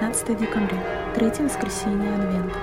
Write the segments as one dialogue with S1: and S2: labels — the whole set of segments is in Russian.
S1: 15 декабря, третье воскресенье Адвента.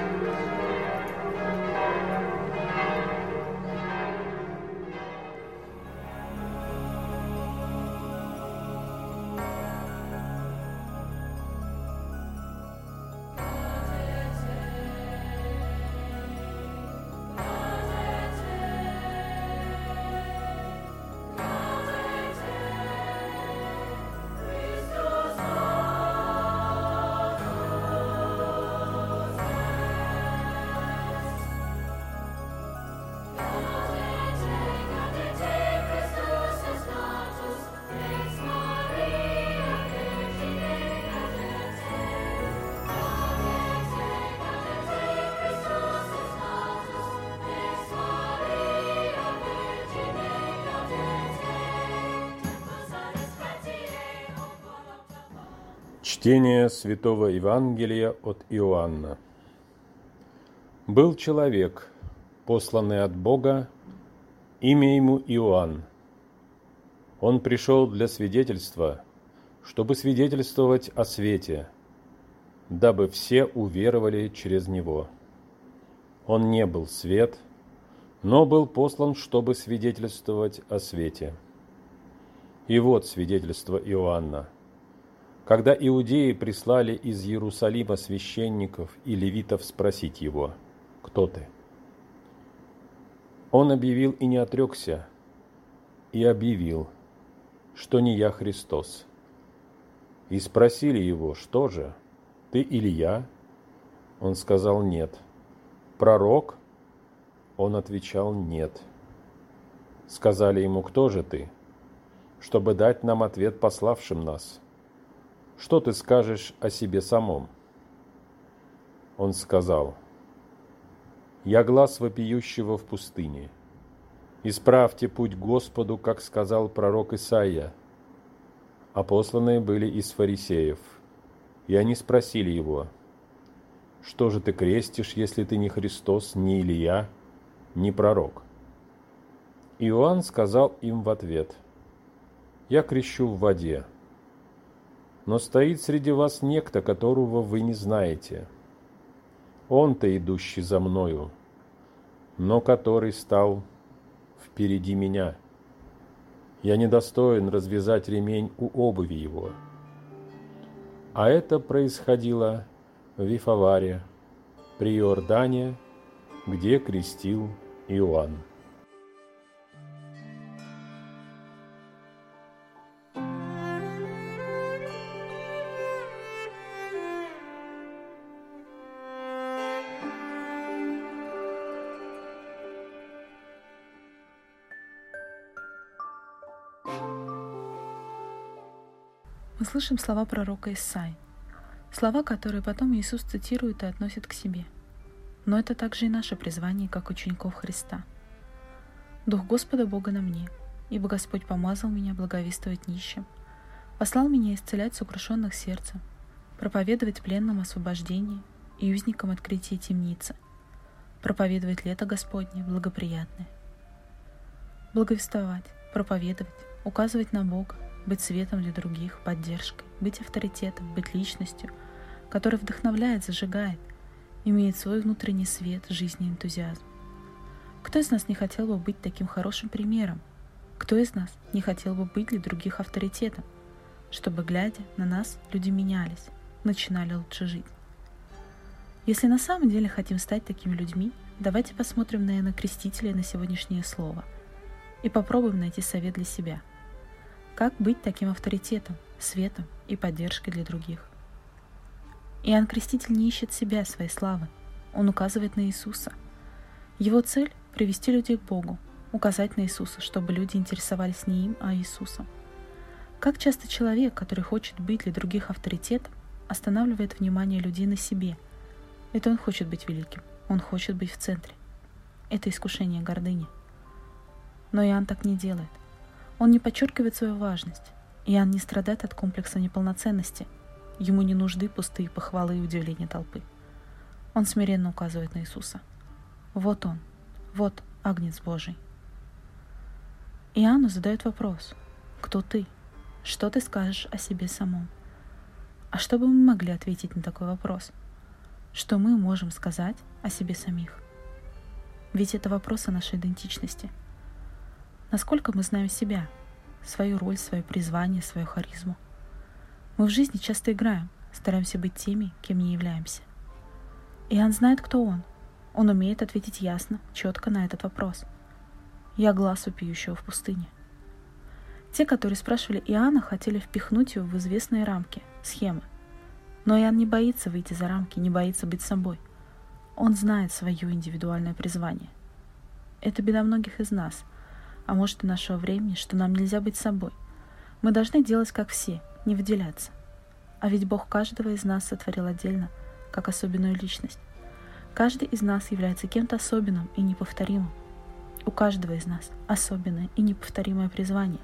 S2: Чтение Святого Евангелия от Иоанна. Был человек, посланный от Бога, имя ему Иоанн. Он пришел для свидетельства, чтобы свидетельствовать о свете, дабы все уверовали через него. Он не был свет, но был послан, чтобы свидетельствовать о свете. И вот свидетельство Иоанна. Когда иудеи прислали из Иерусалима священников и левитов спросить его: «Кто ты?», он объявил и не отрекся, и объявил, что не я Христос. И спросили его: «Что же, ты Илия?» Он сказал: «Нет». «Пророк?» Он отвечал: «Нет». Сказали ему: «Кто же ты?» Чтобы дать нам ответ пославшим нас. «Что ты скажешь о себе самом?» Он сказал: «Я глас вопиющего в пустыне. Исправьте путь Господу, как сказал пророк Исаия». А посланные были из фарисеев, и они спросили его: «Что же ты крестишь, если ты не Христос, не Илия, не пророк?» Иоанн сказал им в ответ: «Я крещу в воде. Но стоит среди вас некто, которого вы не знаете. Он-то идущий за мною, но который стал впереди меня. Я недостоин развязать ремень у обуви его». А это происходило в Вифаваре, при Иордане, где крестил Иоанн.
S1: Мы слышим слова пророка Исаии, слова, которые потом Иисус цитирует и относит к себе. Но это также и наше призвание, как учеников Христа. «Дух Господа Бога на мне, ибо Господь помазал меня благовествовать нищим, послал меня исцелять сокрушенных сердцем, проповедовать пленным освобождение и узникам открытие темницы, проповедовать лето Господне благоприятное». Благовествовать, проповедовать, указывать на Бога, быть светом для других, поддержкой, быть авторитетом, быть личностью, которая вдохновляет, зажигает, имеет свой внутренний свет, жизнь и энтузиазм. Кто из нас не хотел бы быть таким хорошим примером? Кто из нас не хотел бы быть для других авторитетом, чтобы, глядя на нас, люди менялись, начинали лучше жить? Если на самом деле хотим стать такими людьми, давайте посмотрим на Иоанна Крестителя, на сегодняшнее слово и попробуем найти совет для себя. Как быть таким авторитетом, светом и поддержкой для других? Иоанн Креститель не ищет себя, своей славы. Он указывает на Иисуса. Его цель – привести людей к Богу, указать на Иисуса, чтобы люди интересовались не им, а Иисусом. Как часто человек, который хочет быть для других авторитетом, останавливает внимание людей на себе. Это он хочет быть великим, он хочет быть в центре. Это искушение гордыни. Но Иоанн так не делает. Он не подчеркивает свою важность. Иоанн не страдает от комплекса неполноценности. Ему не нужны пустые похвалы и удивления толпы. Он смиренно указывает на Иисуса. Вот Он, вот Агнец Божий. Иоанну задают вопрос: «Кто ты? Что ты скажешь о себе самом?» А что бы мы могли ответить на такой вопрос? Что мы можем сказать о себе самих? Ведь это вопрос о нашей идентичности. Насколько мы знаем себя, свою роль, свое призвание, свою харизму? Мы в жизни часто играем, стараемся быть теми, кем не являемся. Иоанн знает, кто он. Он умеет ответить ясно, четко на этот вопрос. «Я глаз вопиющего в пустыне». Те, которые спрашивали Иоанна, хотели впихнуть его в известные рамки, схемы. Но Иоанн не боится выйти за рамки, не боится быть собой. Он знает свое индивидуальное призвание. Это беда многих из нас, а может и нашего времени, что нам нельзя быть собой. Мы должны делать как все, не выделяться. А ведь Бог каждого из нас сотворил отдельно, как особенную личность. Каждый из нас является кем-то особенным и неповторимым. У каждого из нас особенное и неповторимое призвание.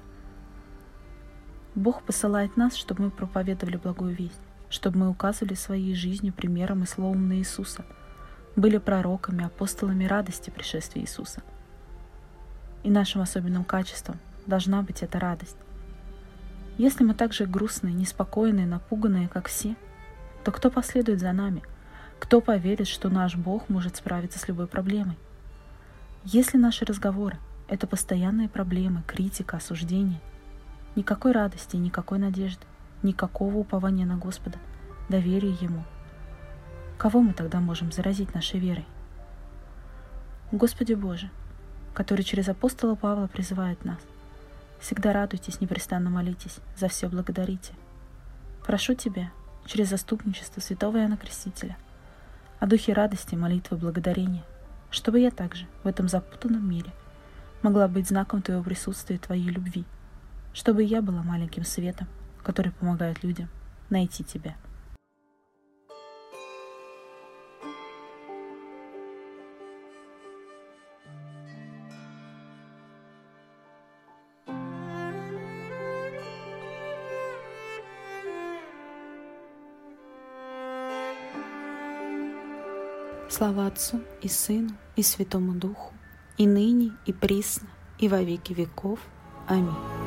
S1: Бог посылает нас, чтобы мы проповедовали благую весть, чтобы мы указывали своей жизнью, примером и словом на Иисуса, были пророками, апостолами радости пришествия Иисуса. И нашим особенным качеством должна быть эта радость. Если мы так же грустные, неспокойные, напуганные, как все, то кто последует за нами? Кто поверит, что наш Бог может справиться с любой проблемой? Если наши разговоры — это постоянные проблемы, критика, осуждение, никакой радости, никакой надежды, никакого упования на Господа, доверия Ему, кого мы тогда можем заразить нашей верой? Господи Боже, который через апостола Павла призывает нас: всегда радуйтесь, непрестанно молитесь, за все благодарите. Прошу Тебя, через заступничество святого Иоанна Крестителя, о духе радости, молитвы, благодарения, чтобы я также в этом запутанном мире могла быть знаком Твоего присутствия и Твоей любви, чтобы я была маленьким светом, который помогает людям найти Тебя. Слава Отцу и Сыну и Святому Духу, и ныне, и присно, и во веки веков. Аминь.